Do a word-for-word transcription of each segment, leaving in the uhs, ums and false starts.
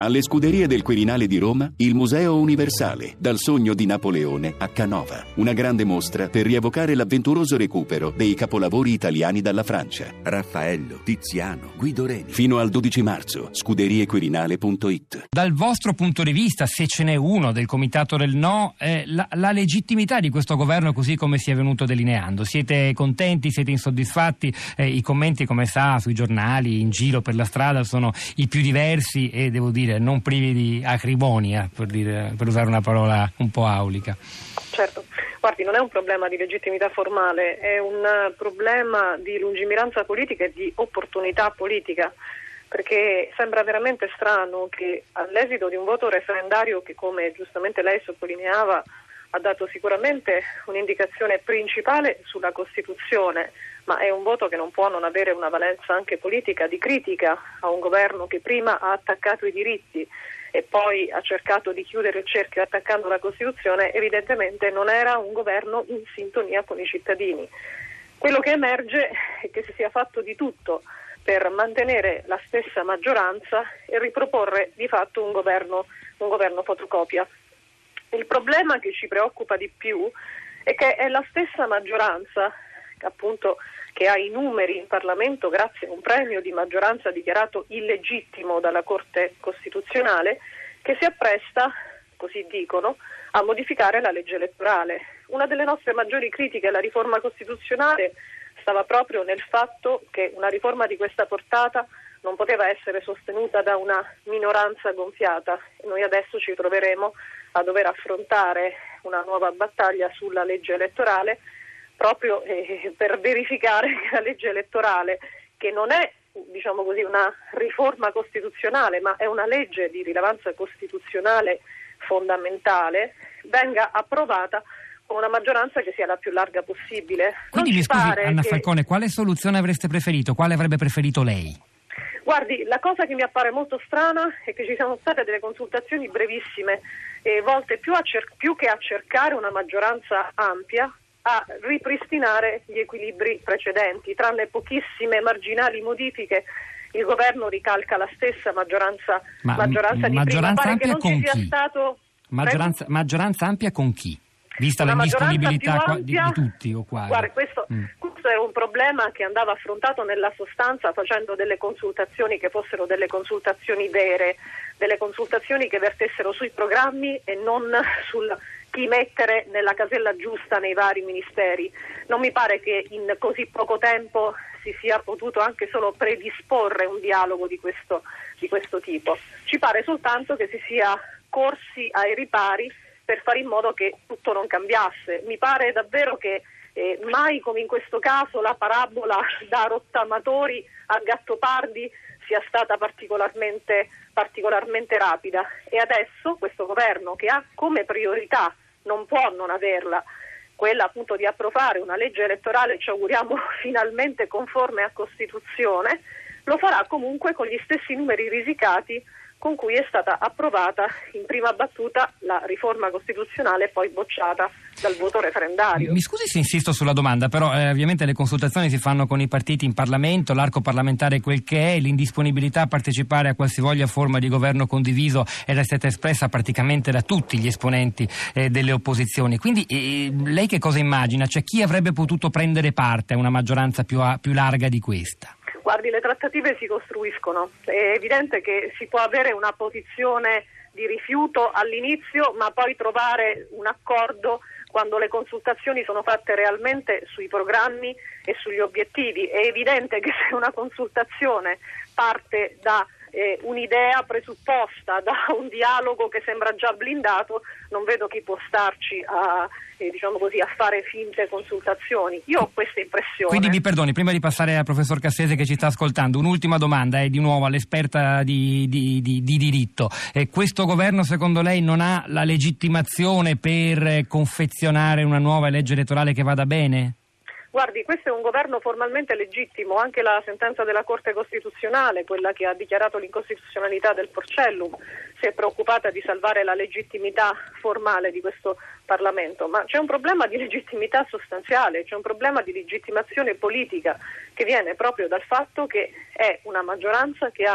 Alle Scuderie del Quirinale di Roma, il Museo Universale, dal sogno di Napoleone a Canova. Una grande mostra per rievocare l'avventuroso recupero dei capolavori italiani dalla Francia. Raffaello, Tiziano, Guido Reni. Fino al dodici marzo, scuderiequirinale punto it. Dal vostro punto di vista, se ce n'è uno del Comitato del No, eh, la, la legittimità di questo governo così come si è venuto delineando, siete contenti, siete insoddisfatti? Eh, I commenti, come sa, sui giornali, in giro per la strada sono i più diversi e devo dire non privi di acrimonia, per, dire, per usare una parola un po' aulica. Certo, guardi, non è un problema di legittimità formale, è un problema di lungimiranza politica e di opportunità politica, perché sembra veramente strano che all'esito di un voto referendario che, come giustamente lei sottolineava, ha dato sicuramente un'indicazione principale sulla Costituzione, ma è un voto che non può non avere una valenza anche politica di critica a un governo che prima ha attaccato i diritti e poi ha cercato di chiudere il cerchio attaccando la Costituzione. Evidentemente non era un governo in sintonia con i cittadini. Quello che emerge è che si sia fatto di tutto per mantenere la stessa maggioranza e riproporre di fatto un governo, un governo fotocopia. Il problema che ci preoccupa di più è che è la stessa maggioranza, appunto, che ha i numeri in Parlamento grazie a un premio di maggioranza dichiarato illegittimo dalla Corte Costituzionale, che si appresta, così dicono, a modificare la legge elettorale. Una delle nostre maggiori critiche alla riforma costituzionale stava proprio nel fatto che una riforma di questa portata non poteva essere sostenuta da una minoranza gonfiata e noi adesso ci troveremo a dover affrontare una nuova battaglia sulla legge elettorale proprio eh, per verificare che la legge elettorale, che non è, diciamo così, una riforma costituzionale, ma è una legge di rilevanza costituzionale fondamentale, venga approvata con una maggioranza che sia la più larga possibile. Quindi mi scusi, Anna che... Falcone, quale soluzione avreste preferito? Quale avrebbe preferito lei? Guardi, la cosa che mi appare molto strana è che ci siano state delle consultazioni brevissime e volte più, a cer- più che a cercare una maggioranza ampia, a ripristinare gli equilibri precedenti. Tranne pochissime marginali modifiche, il governo ricalca la stessa maggioranza, Ma, maggioranza di maggioranza prima. Pare che non con ci sia chi? stato... Maggioranza, maggioranza ampia con chi? Vista Una l'indisponibilità maggioranza di, più ampia, di tutti o quasi. Guarda, questo, mm. questo era un problema che andava affrontato nella sostanza facendo delle consultazioni che fossero delle consultazioni vere, delle consultazioni che vertessero sui programmi e non sul chi mettere nella casella giusta nei vari ministeri. Non mi pare che in così poco tempo si sia potuto anche solo predisporre un dialogo di questo, di questo tipo. Ci pare soltanto che si sia corsi ai ripari per fare in modo che tutto non cambiasse. Mi pare davvero che eh, mai come in questo caso la parabola da rottamatori a Gattopardi sia stata particolarmente, particolarmente rapida. E adesso questo governo, che ha come priorità, non può non averla, quella appunto di approvare una legge elettorale, ci auguriamo finalmente conforme a Costituzione, lo farà comunque con gli stessi numeri risicati con cui è stata approvata in prima battuta la riforma costituzionale e poi bocciata dal voto referendario. Mi scusi se insisto sulla domanda, però eh, ovviamente le consultazioni si fanno con i partiti in Parlamento, l'arco parlamentare è quel che è, l'indisponibilità a partecipare a qualsivoglia forma di governo condiviso era stata espressa praticamente da tutti gli esponenti eh, delle opposizioni. Quindi eh, lei che cosa immagina? Cioè, chi avrebbe potuto prendere parte a una maggioranza più, a, più larga di questa? Guardi, le trattative si costruiscono, è evidente che si può avere una posizione di rifiuto all'inizio, ma poi trovare un accordo quando le consultazioni sono fatte realmente sui programmi e sugli obiettivi. È evidente che se una consultazione parte da eh, un'idea presupposta, da un dialogo che sembra già blindato, non vedo chi può starci a, eh, diciamo così, a fare finte consultazioni. Io ho questa impressione. Quindi mi perdoni, prima di passare al professor Cassese che ci sta ascoltando, un'ultima domanda, è eh, di nuovo all'esperta di, di, di, di diritto. Eh, questo governo secondo lei non ha la legittimazione per eh, confezionare una nuova legge elettorale che vada bene? Guardi, questo è un governo formalmente legittimo, anche la sentenza della Corte Costituzionale, quella che ha dichiarato l'incostituzionalità del Porcellum, si è preoccupata di salvare la legittimità formale di questo Parlamento, ma c'è un problema di legittimità sostanziale, c'è un problema di legittimazione politica che viene proprio dal fatto che è una maggioranza che ha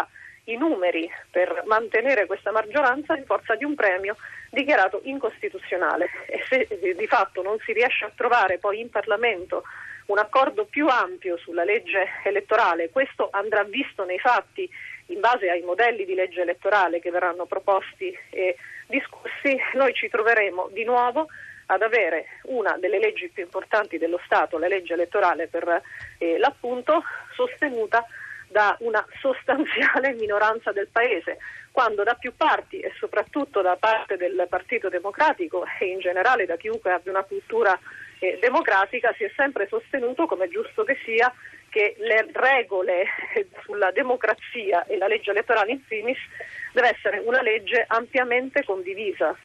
i numeri per mantenere questa maggioranza in forza di un premio dichiarato incostituzionale, e se eh, di fatto non si riesce a trovare poi in Parlamento un accordo più ampio sulla legge elettorale, questo andrà visto nei fatti in base ai modelli di legge elettorale che verranno proposti e discussi, noi ci troveremo di nuovo ad avere una delle leggi più importanti dello Stato, la legge elettorale per eh, l'appunto, sostenuta da una sostanziale minoranza del Paese, quando da più parti e soprattutto da parte del Partito Democratico e in generale da chiunque abbia una cultura eh, democratica si è sempre sostenuto, come è giusto che sia, che le regole sulla democrazia e la legge elettorale in primis deve essere una legge ampiamente condivisa.